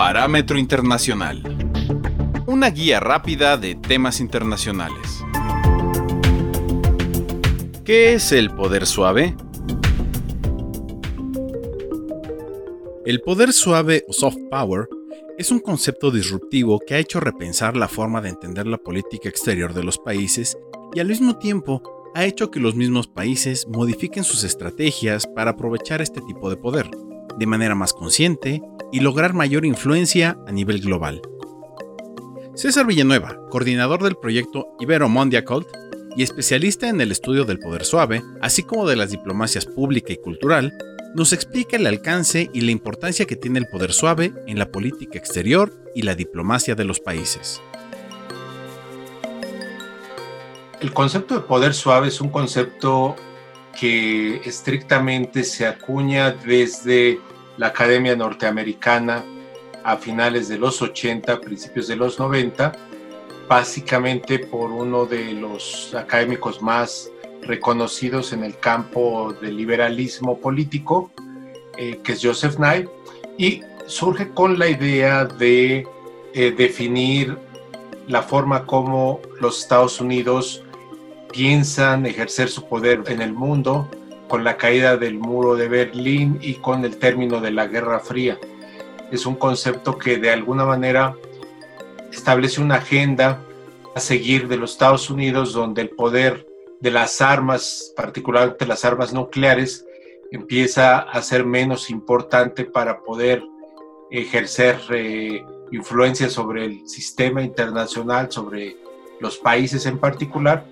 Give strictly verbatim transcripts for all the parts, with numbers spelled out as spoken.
Parámetro Internacional. Una guía rápida de temas internacionales. ¿Qué es el poder suave? El poder suave o soft power es un concepto disruptivo que ha hecho repensar la forma de entender la política exterior de los países y al mismo tiempo ha hecho que los mismos países modifiquen sus estrategias para aprovechar este tipo de poder de manera más consciente y lograr mayor influencia a nivel global. César Villanueva, coordinador del proyecto Ibero-Mondiacult y especialista en el estudio del poder suave, así como de las diplomacias pública y cultural, nos explica el alcance y la importancia que tiene el poder suave en la política exterior y la diplomacia de los países. El concepto de poder suave es un concepto que estrictamente se acuña desde la Academia Norteamericana a finales de los ochenta, principios de los noventa, básicamente por uno de los académicos más reconocidos en el campo del liberalismo político, eh, que es Joseph Nye, y surge con la idea de eh, definir la forma como los Estados Unidos piensan ejercer su poder en el mundo con la caída del muro de Berlín y con el término de la Guerra Fría. Es un concepto que de alguna manera establece una agenda a seguir de los Estados Unidos, donde el poder de las armas, particularmente las armas nucleares, empieza a ser menos importante para poder ejercer eh, influencia sobre el sistema internacional, sobre los países en particular,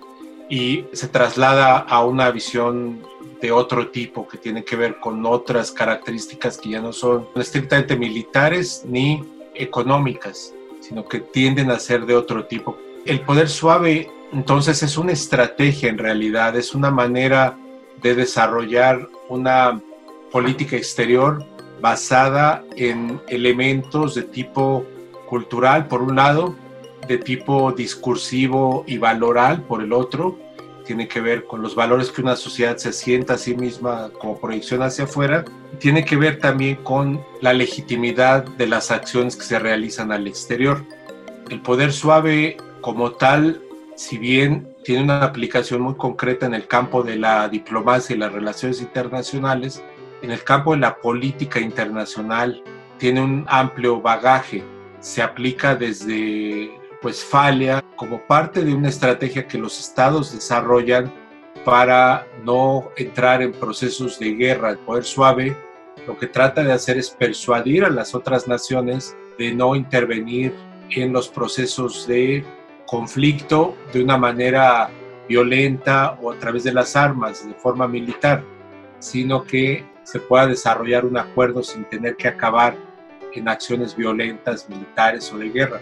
y se traslada a una visión de otro tipo que tiene que ver con otras características que ya no son estrictamente militares ni económicas, sino que tienden a ser de otro tipo. El poder suave, entonces, es una estrategia en realidad, es una manera de desarrollar una política exterior basada en elementos de tipo cultural, por un lado, de tipo discursivo y valoral, por el otro. Tiene que ver con los valores que una sociedad se asienta a sí misma como proyección hacia afuera. Tiene que ver también con la legitimidad de las acciones que se realizan al exterior. El poder suave como tal, si bien tiene una aplicación muy concreta en el campo de la diplomacia y las relaciones internacionales, en el campo de la política internacional tiene un amplio bagaje. Se aplica desde Westfalia como parte de una estrategia que los estados desarrollan para no entrar en procesos de guerra. El poder suave lo que trata de hacer es persuadir a las otras naciones de no intervenir en los procesos de conflicto de una manera violenta o a través de las armas, de forma militar, sino que se pueda desarrollar un acuerdo sin tener que acabar en acciones violentas, militares o de guerra.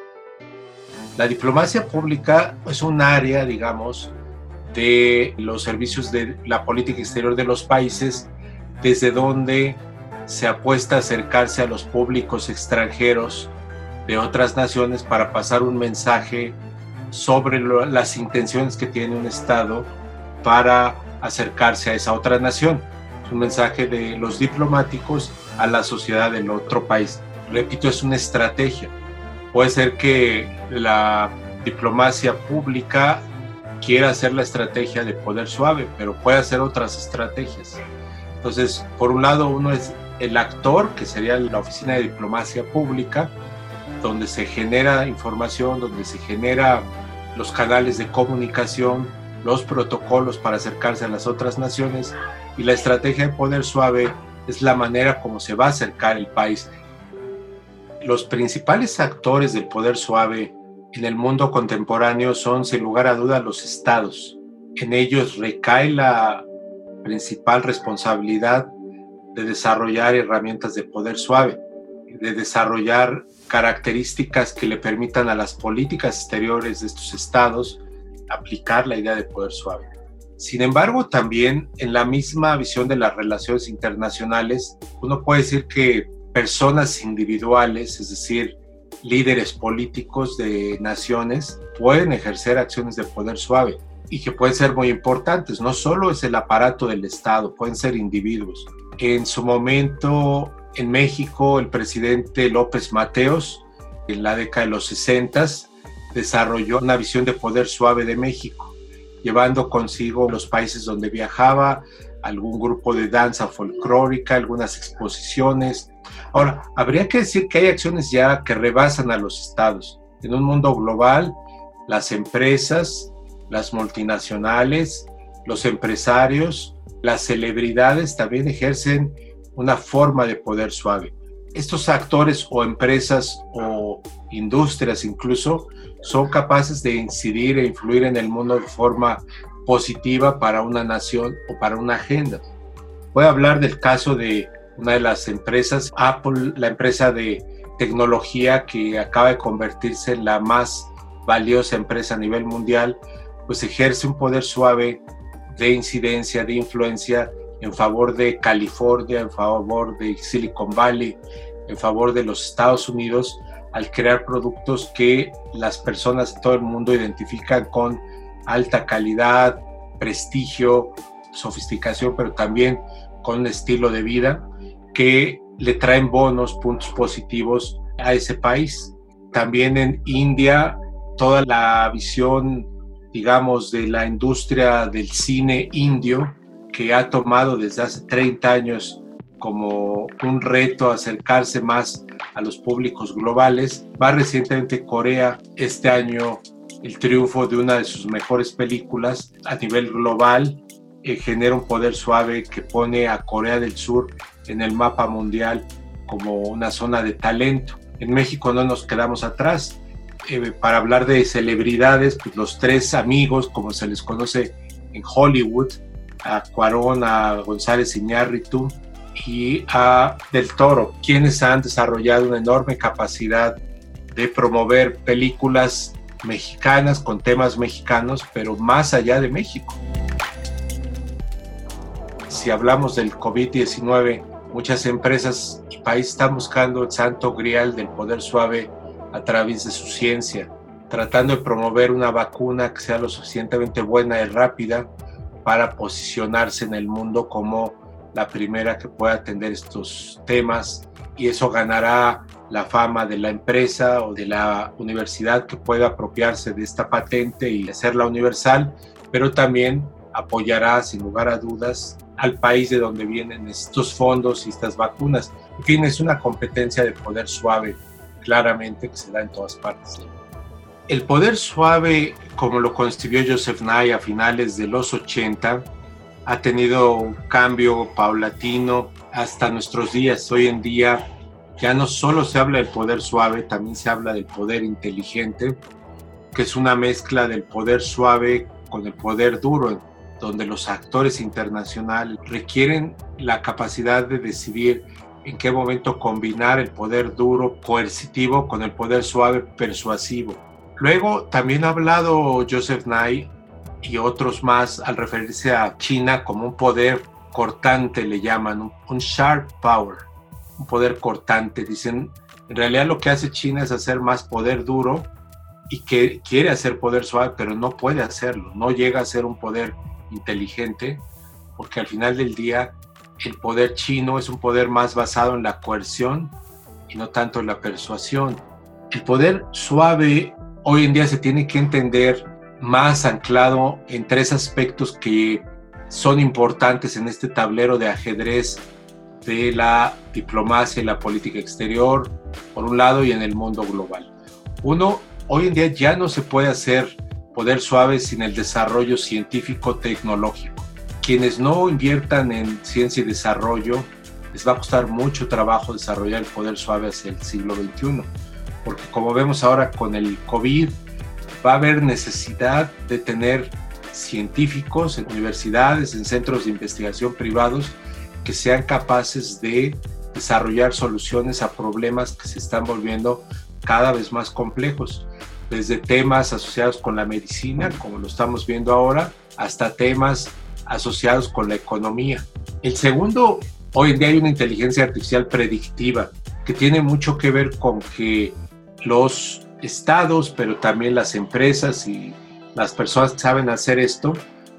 La diplomacia pública es un área, digamos, de los servicios de la política exterior de los países, desde donde se apuesta a acercarse a los públicos extranjeros de otras naciones para pasar un mensaje sobre lo, las intenciones que tiene un Estado para acercarse a esa otra nación. Es un mensaje de los diplomáticos a la sociedad del otro país. Repito, es una estrategia. Puede ser que la diplomacia pública quiera hacer la estrategia de poder suave, pero puede hacer otras estrategias. Entonces, por un lado, uno es el actor, que sería la Oficina de Diplomacia Pública, donde se genera información, donde se generan los canales de comunicación, los protocolos para acercarse a las otras naciones, y la estrategia de poder suave es la manera como se va a acercar el país. Los principales actores del poder suave en el mundo contemporáneo son, sin lugar a duda, los estados. En ellos recae la principal responsabilidad de desarrollar herramientas de poder suave, de desarrollar características que le permitan a las políticas exteriores de estos estados aplicar la idea de poder suave. Sin embargo, también en la misma visión de las relaciones internacionales, uno puede decir que personas individuales, es decir, líderes políticos de naciones, pueden ejercer acciones de poder suave y que pueden ser muy importantes. No solo es el aparato del Estado, pueden ser individuos. En su momento, En México, el presidente López Mateos, en la década de los sesentas, desarrolló una visión de poder suave de México, llevando consigo los países donde viajaba, algún grupo de danza folclórica, algunas exposiciones. Ahora, habría que decir que hay acciones ya que rebasan a los estados. En un mundo global, las empresas, las multinacionales, los empresarios, las celebridades también ejercen una forma de poder suave. Estos actores o empresas o industrias incluso son capaces de incidir e influir en el mundo de forma positiva para una nación o para una agenda. Voy a hablar del caso de una de las empresas, Apple, la empresa de tecnología que acaba de convertirse en la más valiosa empresa a nivel mundial, pues ejerce un poder suave de incidencia, de influencia en favor de California, en favor de Silicon Valley, en favor de los Estados Unidos, al crear productos que las personas de todo el mundo identifican con alta calidad, prestigio, sofisticación, pero también con un estilo de vida que le traen bonos, puntos positivos a ese país. También en India, toda la visión, digamos, de la industria del cine indio, que ha tomado desde hace treinta años como un reto acercarse más a los públicos globales. Va recientemente Corea, este año el triunfo de una de sus mejores películas a nivel global eh, genera un poder suave que pone a Corea del Sur en el mapa mundial como una zona de talento. En México no nos quedamos atrás. Eh, para hablar de celebridades, pues los tres amigos, como se les conoce en Hollywood, a Cuarón, a González Iñárritu y a Del Toro, quienes han desarrollado una enorme capacidad de promover películas mexicanas con temas mexicanos, pero más allá de México. Si hablamos del COVID diecinueve, muchas empresas y países están buscando el santo grial del poder suave a través de su ciencia, tratando de promover una vacuna que sea lo suficientemente buena y rápida para posicionarse en el mundo como la primera que pueda atender estos temas, y eso ganará la fama de la empresa o de la universidad que pueda apropiarse de esta patente y hacerla universal, pero también apoyará sin lugar a dudas al país de donde vienen estos fondos y estas vacunas. En fin, es una competencia de poder suave claramente que se da en todas partes. El poder suave, como lo concibió Joseph Nye a finales de los ochenta, ha tenido un cambio paulatino hasta nuestros días. Hoy en día ya no solo se habla del poder suave, también se habla del poder inteligente, que es una mezcla del poder suave con el poder duro, donde los actores internacionales requieren la capacidad de decidir en qué momento combinar el poder duro, coercitivo, con el poder suave, persuasivo. Luego también ha hablado Joseph Nye y otros más al referirse a China como un poder cortante, le llaman, un, un sharp power, un poder cortante. Dicen, en realidad lo que hace China es hacer más poder duro y que quiere hacer poder suave, pero no puede hacerlo, no llega a ser un poder inteligente, porque al final del día el poder chino es un poder más basado en la coerción y no tanto en la persuasión. El poder suave hoy en día se tiene que entender más anclado en tres aspectos que son importantes en este tablero de ajedrez de la diplomacia y la política exterior, por un lado, y en el mundo global. Uno, hoy en día ya no se puede hacer poder suave sin el desarrollo científico-tecnológico. Quienes no inviertan en ciencia y desarrollo, les va a costar mucho trabajo desarrollar el poder suave hacia el siglo veintiuno, porque como vemos ahora con el COVID, va a haber necesidad de tener científicos en universidades, en centros de investigación privados, que sean capaces de desarrollar soluciones a problemas que se están volviendo cada vez más complejos, desde temas asociados con la medicina, como lo estamos viendo ahora, hasta temas asociados con la economía. El segundo, hoy en día hay una inteligencia artificial predictiva que tiene mucho que ver con que los estados, pero también las empresas y las personas que saben hacer esto,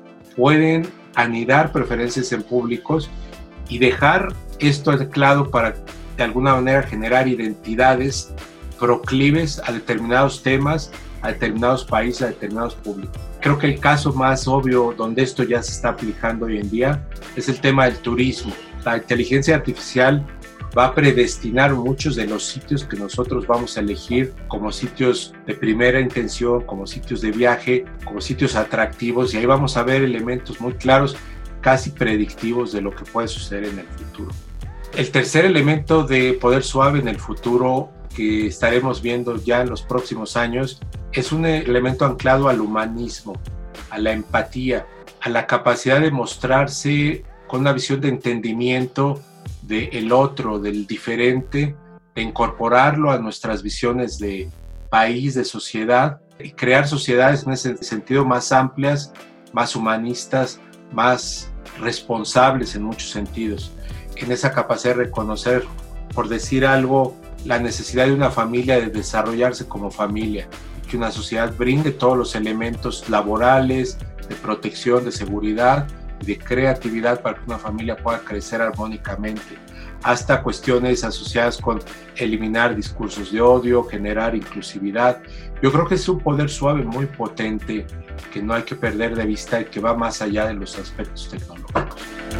pueden anidar preferencias en públicos y dejar esto anclado para de alguna manera generar identidades proclives a determinados temas, a determinados países, a determinados públicos. Creo que el caso más obvio donde esto ya se está aplicando hoy en día es el tema del turismo. La inteligencia artificial va a predestinar muchos de los sitios que nosotros vamos a elegir como sitios de primera intención, como sitios de viaje, como sitios atractivos, y ahí vamos a ver elementos muy claros, casi predictivos de lo que puede suceder en el futuro. El tercer elemento de poder suave en el futuro que estaremos viendo ya en los próximos años es un elemento anclado al humanismo, a la empatía, a la capacidad de mostrarse con una visión de entendimiento del otro, del diferente, de incorporarlo a nuestras visiones de país, de sociedad, y crear sociedades en ese sentido más amplias, más humanistas, más responsables en muchos sentidos, en esa capacidad de reconocer, por decir algo, la necesidad de una familia de desarrollarse como familia, y que una sociedad brinde todos los elementos laborales, de protección, de seguridad, de creatividad para que una familia pueda crecer armónicamente, hasta cuestiones asociadas con eliminar discursos de odio, generar inclusividad. Yo creo que es un poder suave muy potente que no hay que perder de vista y que va más allá de los aspectos tecnológicos.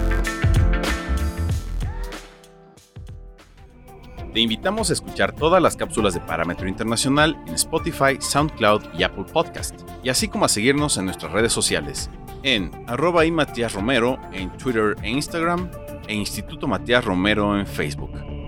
Te invitamos a escuchar todas las cápsulas de Parámetro Internacional en Spotify, SoundCloud y Apple Podcast, y así como a seguirnos en nuestras redes sociales, en arroba y Matías Romero en Twitter e Instagram, e Instituto Matías Romero en Facebook.